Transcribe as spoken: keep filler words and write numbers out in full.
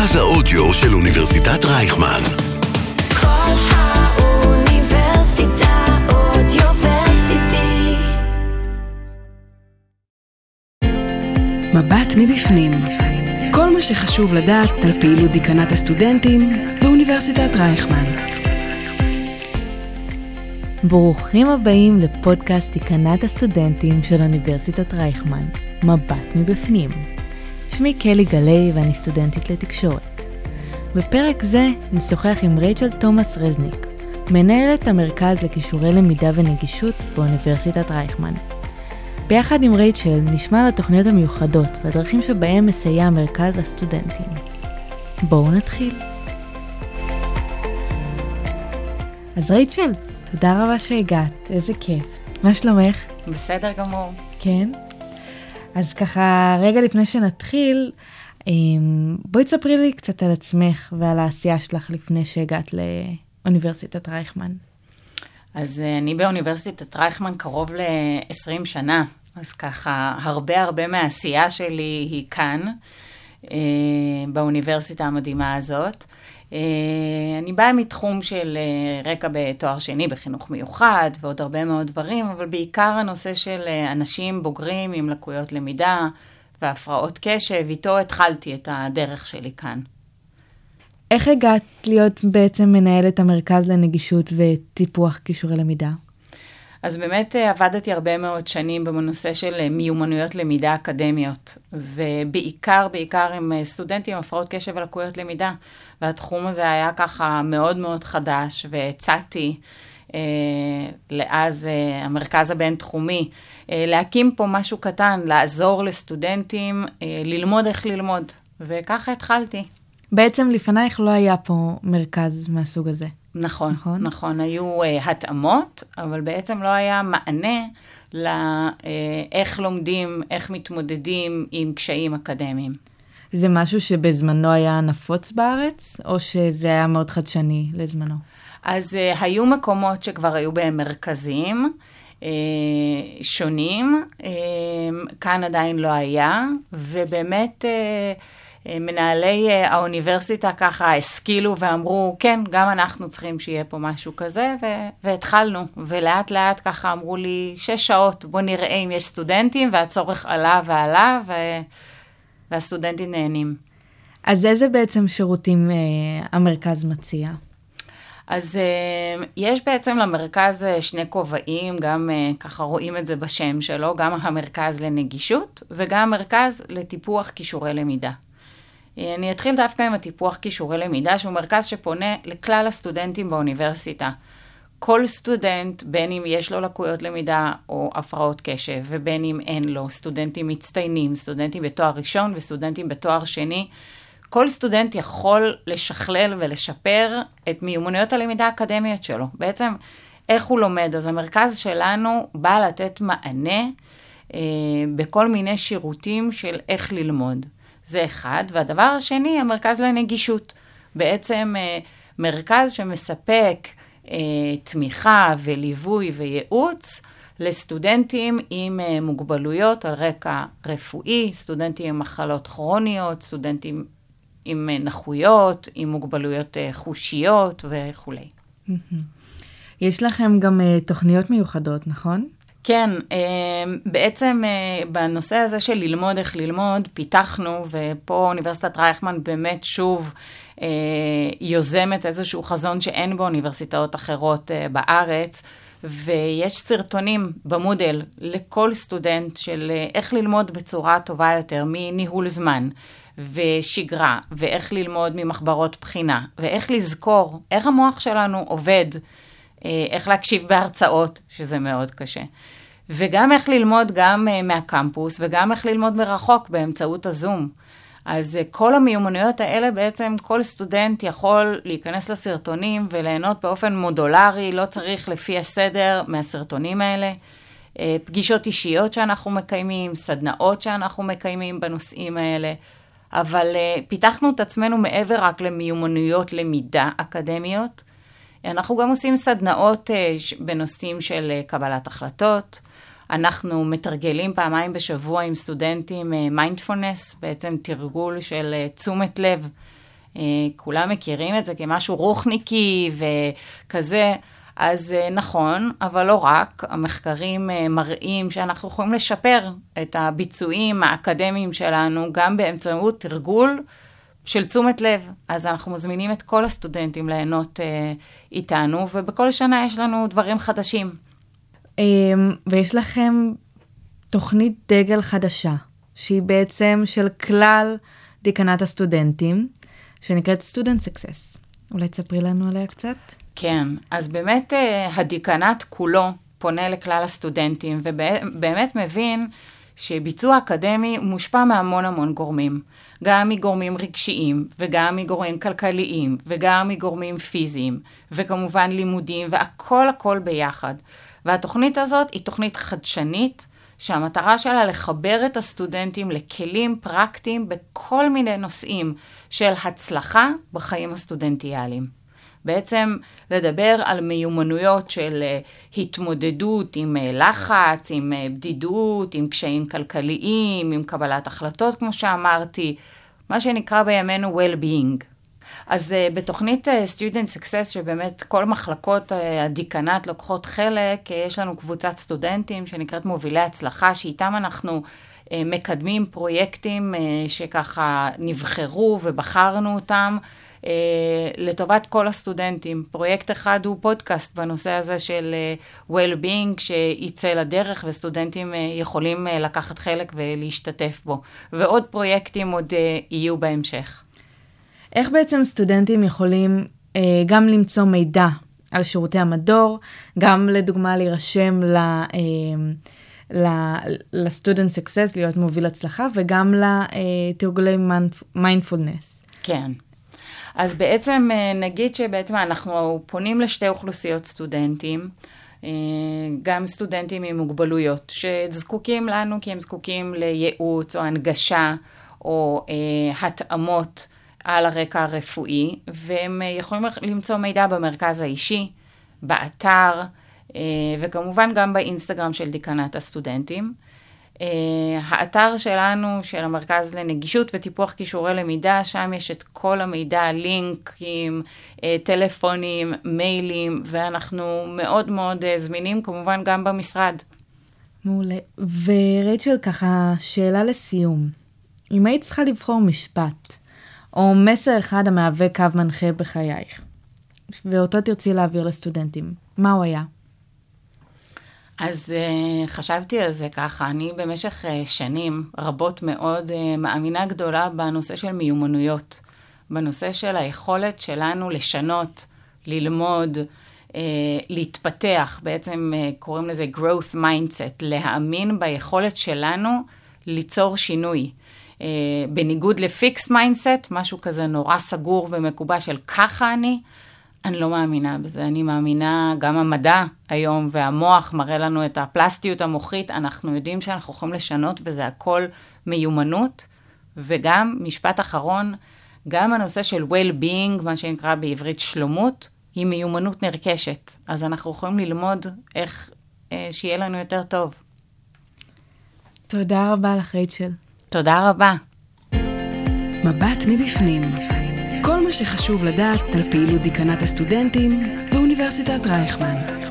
מרכז האודיו של אוניברסיטת רייכמן. כל האוניברסיטה אודיוורסיטי. מבט מבפנים. כל מה שחשוב לדעת על פעילות דיקנת הסטודנטים באוניברסיטת רייכמן. ברוכים הבאים לפודקאסט דיקנת הסטודנטים של אוניברסיטת רייכמן, מבט מבפנים. שמי קלי גלי ואני סטודנטית לתקשורת. בפרק זה נשוחח עם רייצ'ל תומאס רזניק, מנהלת המרכז לכישורי למידה ונגישות באוניברסיטת רייכמן. ביחד עם רייצ'ל נשמע על התוכניות המיוחדות והדרכים שבהם מסייע המרכז לסטודנטים. בואו נתחיל. אז רייצ'ל, תודה רבה שהגעת, איזה כיף. מה שלומך? בסדר גמור. כן? אז ככה, רגע לפני שנתחיל, בואי תספרי לי קצת על עצמך ועל העשייה שלך לפני שהגעת לאוניברסיטת רייכמן. אז אני באוניברסיטת רייכמן קרוב ל-עשרים שנה, אז ככה, הרבה הרבה מהעשייה שלי היא כאן, באוניברסיטה המדהימה הזאת. אני באה מתחום של רקע בתואר שני בחינוך מיוחד ועוד הרבה מאוד דברים, אבל בעיקר הנושא של אנשים בוגרים עם לקויות למידה והפרעות קשב, איתו התחלתי את הדרך שלי כאן. איך הגעת להיות בעצם מנהלת המרכז לנגישות וטיפוח כישורי למידה? אז באמת עבדתי הרבה מאוד שנים בנושא של מיומנויות למידה אקדמיות, ובעיקר, בעיקר עם סטודנטים עם הפרעות קשב ולקויות למידה, והתחום הזה היה ככה מאוד מאוד חדש, והצעתי אה, לאז אה, המרכז הבינתחומי, אה, להקים פה משהו קטן, לעזור לסטודנטים, אה, ללמוד איך ללמוד, וככה התחלתי. בעצם לפנייך לא היה פה מרכז מהסוג הזה. נכון, נכון, נכון. היו uh, התאמות, אבל בעצם לא היה מענה לאיך uh, לומדים, איך מתמודדים עם קשיים אקדמיים. זה משהו שבזמנו היה נפוץ בארץ, או שזה היה מאוד חדשני לזמנו? אז uh, היו מקומות שכבר היו בהם מרכזים uh, שונים, uh, כאן עדיין לא היה, ובאמת... Uh, מנהלי האוניברסיטה ככה השכילו ואמרו, כן, גם אנחנו צריכים שיהיה פה משהו כזה, ו- והתחלנו, ולאט לאט ככה אמרו לי, שש שעות, בוא נראה אם יש סטודנטים, והצורך עלה ועלה, ו- והסטודנטים נהנים. אז איזה בעצם שירותים אה, המרכז מציע? אז אה, יש בעצם למרכז שני כובעים, גם אה, ככה רואים את זה בשם שלו, גם המרכז לנגישות, וגם המרכז לטיפוח כישורי למידה. אני אתחיל דווקא עם הטיפוח כישורי למידה, שהוא מרכז שפונה לכלל הסטודנטים באוניברסיטה. כל סטודנט, בין אם יש לו לקויות למידה או הפרעות קשב, ובין אם אין לו, סטודנטים מצטיינים, סטודנטים בתואר ראשון וסטודנטים בתואר שני, כל סטודנט יכול לשכלל ולשפר את מיומנויות הלמידה האקדמיות שלו. בעצם, איך הוא לומד? אז המרכז שלנו בא לתת מענה אה, בכל מיני שירותים של איך ללמוד. זה אחד, והדבר השני, המרכז לנגישות. בעצם אה, מרכז שמספק אה, תמיכה וליווי וייעוץ לסטודנטים עם אה, מוגבלויות על רקע רפואי, סטודנטים עם מחלות כרוניות, סטודנטים עם אה, נכויות, עם מוגבלויות אה, חושיות וכו'. יש לכם גם אה, תוכניות מיוחדות, נכון? כן, בעצם בנושא הזה של ללמוד איך ללמוד, פיתחנו, ופה אוניברסיטת רייכמן באמת שוב יוזמת איזשהו חזון שאין באוניברסיטאות אחרות בארץ, ויש סרטונים במודל לכל סטודנט של איך ללמוד בצורה טובה יותר, מניהול זמן ושגרה, ואיך ללמוד ממחברות בחינה, ואיך לזכור, איך המוח שלנו עובד, איך להקשיב בהרצאות, שזה מאוד קשה. וגם איך ללמוד גם מהקמפוס, וגם איך ללמוד מרחוק באמצעות הזום. אז כל המיומנויות האלה בעצם כל סטודנט יכול להיכנס לסרטונים וליהנות באופן מודולרי, לא צריך לפי הסדר מהסרטונים האלה. פגישות אישיות שאנחנו מקיימים, סדנאות שאנחנו מקיימים בנושאים האלה. אבל פיתחנו את עצמנו מעבר רק למיומנויות למידה אקדמיות, אנחנו גם עושים סדנאות בנושאים של קבלת החלטות, אנחנו מתרגלים פעמיים בשבוע עם סטודנטים מיינדפולנס, בעצם תרגול של תשומת לב כולם מכירים את זה כמשהו רוחניקי וכזה, אז נכון, אבל לא רק, המחקרים מראים שאנחנו יכולים לשפר את הביצועים האקדמיים שלנו, גם באמצעות תרגול של תשומת לב. אז אנחנו מזמינים את כל הסטודנטים ליהנות איתנו, ובכל שנה יש לנו דברים חדשים. ויש לכם תוכנית דגל חדשה, שהיא בעצם של כלל דיקנת הסטודנטים, שנקראת Student Success. אולי תספרי לנו עליה קצת? כן, אז באמת הדיקנט כולו פונה לכלל הסטודנטים, ובאמת מבין שביצוע אקדמי מושפע מהמון המון גורמים. גם מגורמים רגשיים, וגם מגורמים כלכליים, וגם מגורמים פיזיים, וכמובן לימודים, והכל הכל ביחד. והתוכנית הזאת היא תוכנית חדשנית, שהמטרה שלה לחבר את הסטודנטים לכלים פרקטיים בכל מיני נושאים של הצלחה בחיים הסטודנטיאליים. בעצם לדבר על מיומנויות של התמודדות עם לחץ, עם בדידות, עם קשיים כלכליים, עם קבלת החלטות, כמו שאמרתי, מה שנקרא בימינו well-being. אז uh, בתוכנית uh, Student Success, שבאמת כל מחלקות uh, הדיקנט לוקחות חלק, uh, יש לנו קבוצת סטודנטים שנקראת מובילי הצלחה, שאיתם אנחנו uh, מקדמים פרויקטים uh, שככה נבחרו ובחרנו אותם uh, לטובת כל הסטודנטים. פרויקט אחד הוא פודקאסט בנושא הזה של uh, well-being, שיצא לדרך וסטודנטים uh, יכולים uh, לקחת חלק ולהשתתף בו. ועוד פרויקטים עוד uh, יהיו בהמשך. איך בעצם סטודנטים יכולים אה, גם למצוא מידע על שירותי המדור, גם לדוגמה להירשם ל, אה, ל, ל-Student Success, להיות מוביל הצלחה, וגם לתרגולי מיינדפולנס? כן. אז בעצם נגיד שבעצם אנחנו פונים לשתי אוכלוסיות סטודנטים, גם סטודנטים עם מוגבלויות, שזקוקים לנו כי הם זקוקים לייעוץ או הנגשה או אה, התאמות, על הרקע הרפואי, והם יכולים למצוא מידע במרכז האישי, באתר, וכמובן גם באינסטגרם של דיקנת הסטודנטים. האתר שלנו, של המרכז לנגישות וטיפוח כישורי למידה, שם יש את כל המידע, לינקים, טלפונים, מיילים, ואנחנו מאוד מאוד זמינים, כמובן גם במשרד. מעולה. ורייצ'ל, ככה, שאלה לסיום. אם היית צריכה לבחור משפט, או מסר אחד המהווה קו מנחה בחייך, ואותו תרצי להעביר לסטודנטים, מה הוא היה? אז uh, חשבתי על זה ככה, אני במשך uh, שנים רבות מאוד uh, מאמינה גדולה בנושא של מיומנויות, בנושא של היכולת שלנו לשנות, ללמוד, uh, להתפתח, בעצם uh, קוראים לזה growth mindset, להאמין ביכולת שלנו ליצור שינוי. Uh, בניגוד לפיקס מיינדסט, משהו כזה נורא סגור ומקובע של ככה אני, אני לא מאמינה בזה. אני מאמינה, גם המדע היום והמוח מראה לנו את הפלסטיות המוחית, אנחנו יודעים שאנחנו יכולים לשנות וזה הכל מיומנות, וגם משפט אחרון, גם הנושא של well-being, מה שנקרא בעברית שלומות, היא מיומנות נרכשת. אז אנחנו יכולים ללמוד איך uh, שיהיה לנו יותר טוב. תודה רבה לך, רייצ'ל. תודה רבה. מבט מבפנים. כל מה שחשוב לדעת על פעילות דיקנת הסטודנטים באוניברסיטת רייכמן.